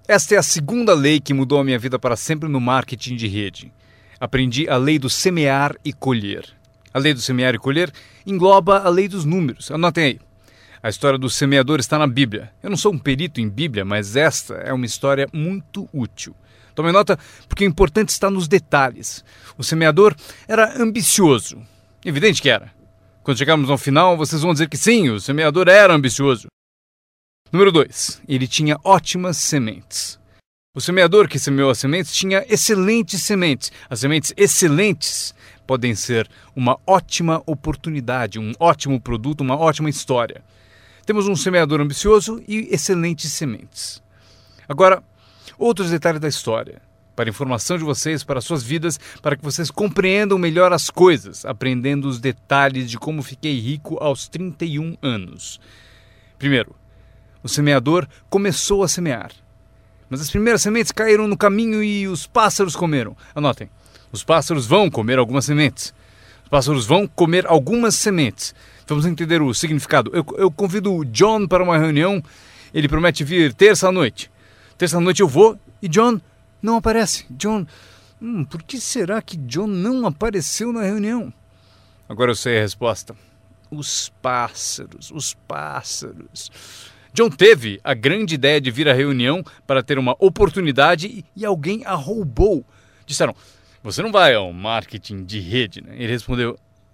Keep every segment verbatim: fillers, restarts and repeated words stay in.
Esta é a segunda lei que mudou a minha vida para sempre no marketing de rede. Aprendi a lei do semear e colher. A lei do semear e colher engloba a lei dos números. Anotem aí. A história do semeador está na Bíblia. Eu não sou um perito em Bíblia, mas esta é uma história muito útil. Tome nota, porque o importante está nos detalhes. O semeador era ambicioso. Evidente que era. Quando chegarmos ao final, vocês vão dizer que sim, o semeador era ambicioso. Número dois. Ele tinha ótimas sementes. O semeador que semeou as sementes tinha excelentes sementes. As sementes excelentes podem ser uma ótima oportunidade, um ótimo produto, uma ótima história. Temos um semeador ambicioso e excelentes sementes. Agora, outros detalhes da história. Para a informação de vocês, para suas vidas, para que vocês compreendam melhor as coisas, aprendendo os detalhes de como fiquei rico aos trinta e um anos. Primeiro, o semeador começou a semear. Mas as primeiras sementes caíram no caminho e os pássaros comeram. Anotem, os pássaros vão comer algumas sementes. Os pássaros vão comer algumas sementes. Vamos entender o significado. Eu, eu convido o John para uma reunião. Ele promete vir terça-noite. Terça-noite eu vou e John não aparece. John, hum, por que será que John não apareceu na reunião? Agora eu sei a resposta. Os pássaros, os pássaros. John teve a grande ideia de vir à reunião para ter uma oportunidade e alguém a roubou. Disseram, você não vai ao marketing de rede, né? Ele respondeu,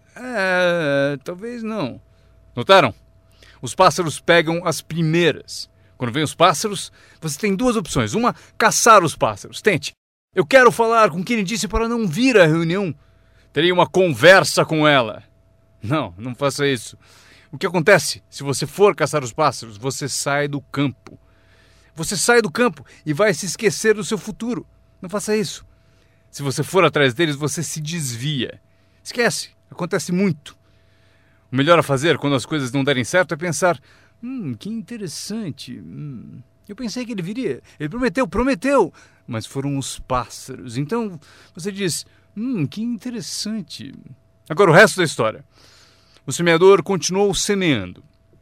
é, talvez não. Notaram? Os pássaros pegam as primeiras. Quando vem os pássaros, você tem duas opções. Uma, caçar os pássaros. Tente. Eu quero falar com quem ele disse para não vir à reunião. Terei uma conversa com ela. Não, não faça isso. O que acontece? Se você for caçar os pássaros, você sai do campo. Você sai do campo e vai se esquecer do seu futuro. Não faça isso. Se você for atrás deles, você se desvia. Esquece. Acontece muito. O melhor a fazer quando as coisas não derem certo é pensar, hum, que interessante. Hum, eu pensei que ele viria. Ele prometeu, prometeu. Mas foram os pássaros. Então você diz, hum, que interessante. Agora o resto da história. O semeador continuou semeando.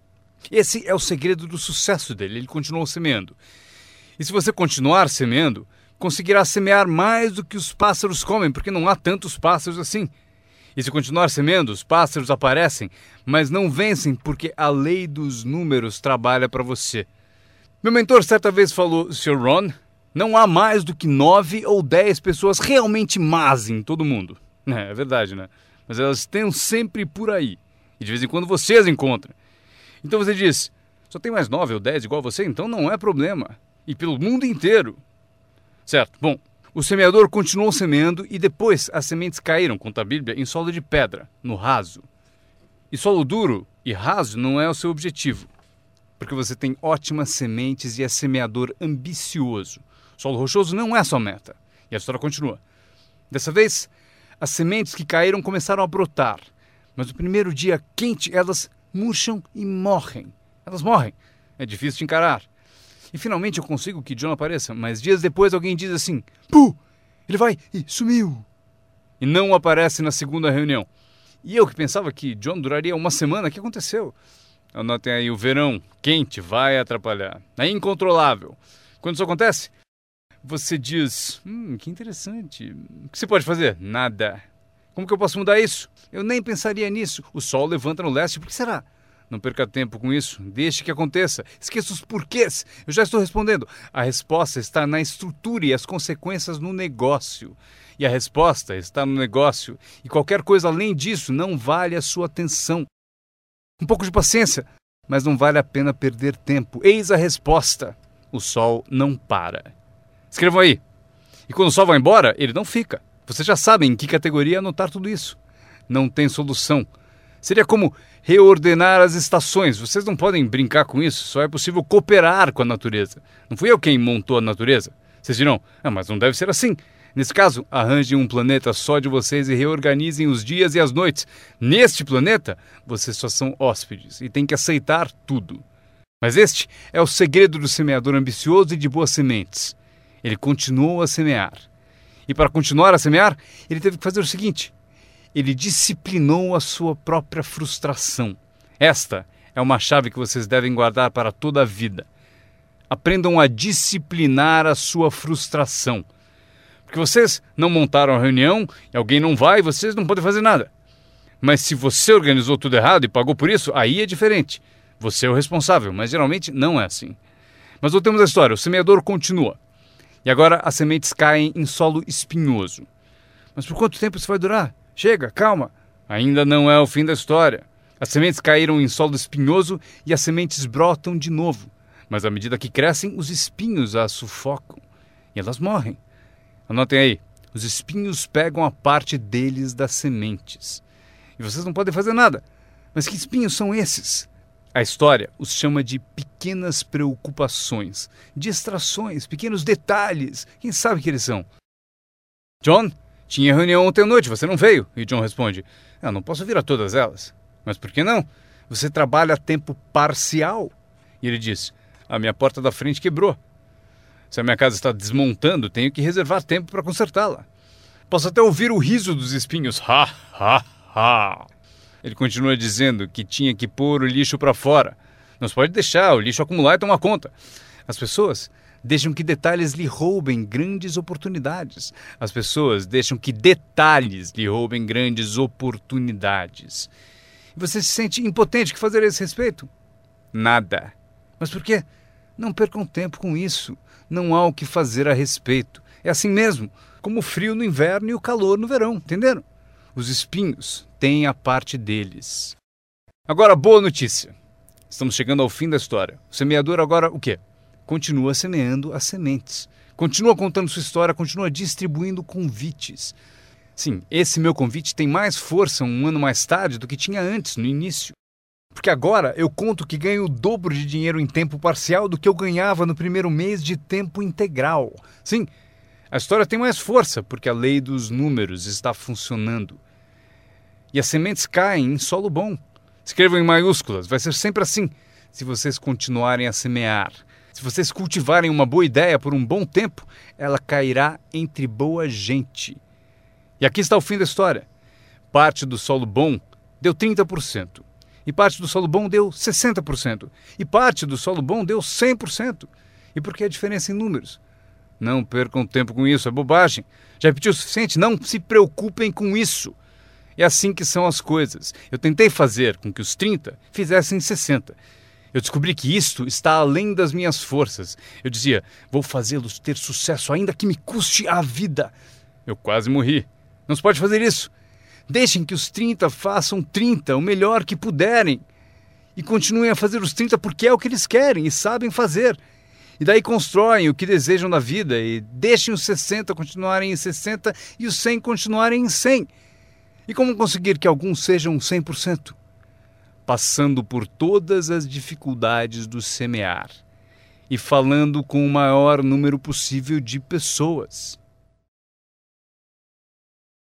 Esse é o segredo do sucesso dele, ele continuou semeando. E se você continuar semeando, conseguirá semear mais do que os pássaros comem, porque não há tantos pássaros assim. E se continuar semeando, os pássaros aparecem, mas não vencem porque a lei dos números trabalha para você. Meu mentor certa vez falou, senhor Ron, não há mais do que nove ou dez pessoas realmente más em todo mundo. É, é verdade, né? Mas elas estão sempre por aí. E de vez em quando você as encontra. Então você diz, só tem mais nove ou dez igual você, então não é problema. E pelo mundo inteiro. Certo, bom, o semeador continuou semeando e depois as sementes caíram, conta a Bíblia, em solo de pedra, no raso. E solo duro e raso não é o seu objetivo. Porque você tem ótimas sementes e é semeador ambicioso. Solo rochoso não é a sua meta. E a história continua. Dessa vez, as sementes que caíram começaram a brotar. Mas no primeiro dia quente, elas murcham e morrem. Elas morrem. É difícil de encarar. E finalmente eu consigo que John apareça, mas dias depois alguém diz assim, puh, ele vai e sumiu. E não aparece na segunda reunião. E eu que pensava que John duraria uma semana, o que aconteceu? Anotem aí, o verão quente vai atrapalhar. É incontrolável. Quando isso acontece, você diz, hum, que interessante. O que você pode fazer? Nada. Como que eu posso mudar isso? Eu nem pensaria nisso. O sol levanta no leste, por que será? Não perca tempo com isso. Deixe que aconteça. Esqueça os porquês. Eu já estou respondendo. A resposta está na estrutura e as consequências no negócio. E a resposta está no negócio. E qualquer coisa além disso não vale a sua atenção. Um pouco de paciência, mas não vale a pena perder tempo. Eis a resposta. O sol não para. Escrevam aí. E quando o sol vai embora, ele não fica. Vocês já sabem em que categoria anotar tudo isso. Não tem solução. Seria como reordenar as estações. Vocês não podem brincar com isso. Só é possível cooperar com a natureza. Não fui eu quem montou a natureza. Vocês dirão, ah, mas não deve ser assim. Nesse caso, arranjem um planeta só de vocês e reorganizem os dias e as noites. Neste planeta, vocês só são hóspedes e têm que aceitar tudo. Mas este é o segredo do semeador ambicioso e de boas sementes. Ele continuou a semear. E para continuar a semear, ele teve que fazer o seguinte. Ele disciplinou a sua própria frustração. Esta é uma chave que vocês devem guardar para toda a vida. Aprendam a disciplinar a sua frustração. Porque vocês não montaram a reunião e alguém não vai e vocês não podem fazer nada. Mas se você organizou tudo errado e pagou por isso, aí é diferente. Você é o responsável, mas geralmente não é assim. Mas voltemos à história. O semeador continua. E agora as sementes caem em solo espinhoso. Mas por quanto tempo isso vai durar? Chega, calma. Ainda não é o fim da história. As sementes caíram em solo espinhoso e as sementes brotam de novo. Mas à medida que crescem, os espinhos as sufocam. E elas morrem. Anotem aí. Os espinhos pegam a parte deles das sementes. E vocês não podem fazer nada. Mas que espinhos são esses? A história os chama de pequenas preocupações, distrações, pequenos detalhes. Quem sabe que eles são? John, tinha reunião ontem à noite, você não veio? E John responde, eu não posso vir a todas elas. Mas por que não? Você trabalha a tempo parcial. E ele diz, a minha porta da frente quebrou. Se a minha casa está desmontando, tenho que reservar tempo para consertá-la. Posso até ouvir o riso dos espinhos. Ha, ha, ha. Ele continua dizendo que tinha que pôr o lixo para fora. Não se pode deixar o lixo acumular e tomar conta. As pessoas deixam que detalhes lhe roubem grandes oportunidades. As pessoas deixam que detalhes lhe roubem grandes oportunidades. E você se sente impotente. O que fazer a esse respeito? Nada. Mas por quê? Não percam tempo com isso. Não há o que fazer a respeito. É assim mesmo, como o frio no inverno e o calor no verão, entenderam? Os espinhos têm a parte deles. Agora, boa notícia. Estamos chegando ao fim da história. O semeador agora o quê? Continua semeando as sementes. Continua contando sua história, continua distribuindo convites. Sim, esse meu convite tem mais força um ano mais tarde do que tinha antes, no início. Porque agora eu conto que ganho o dobro de dinheiro em tempo parcial do que eu ganhava no primeiro mês de tempo integral. Sim, a história tem mais força porque a lei dos números está funcionando. E as sementes caem em solo bom. Escrevam em maiúsculas, vai ser sempre assim. Se vocês continuarem a semear, se vocês cultivarem uma boa ideia por um bom tempo, ela cairá entre boa gente. E aqui está o fim da história. Parte do solo bom deu trinta por cento. E parte do solo bom deu sessenta por cento. E parte do solo bom deu cem por cento. E por que a diferença em números? Não percam tempo com isso, é bobagem. Já repetiu o suficiente? Não se preocupem com isso. É assim que são as coisas. Eu tentei fazer com que os trinta fizessem sessenta. Eu descobri que isto está além das minhas forças. Eu dizia, vou fazê-los ter sucesso ainda que me custe a vida. Eu quase morri. Não se pode fazer isso. Deixem que os trinta façam trinta, o melhor que puderem. E continuem a fazer os trinta porque é o que eles querem e sabem fazer. E daí constroem o que desejam na vida e deixem os sessenta continuarem em sessenta e os cem continuarem em cem. E como conseguir que alguns sejam cem por cento? Passando por todas as dificuldades do semear e falando com o maior número possível de pessoas.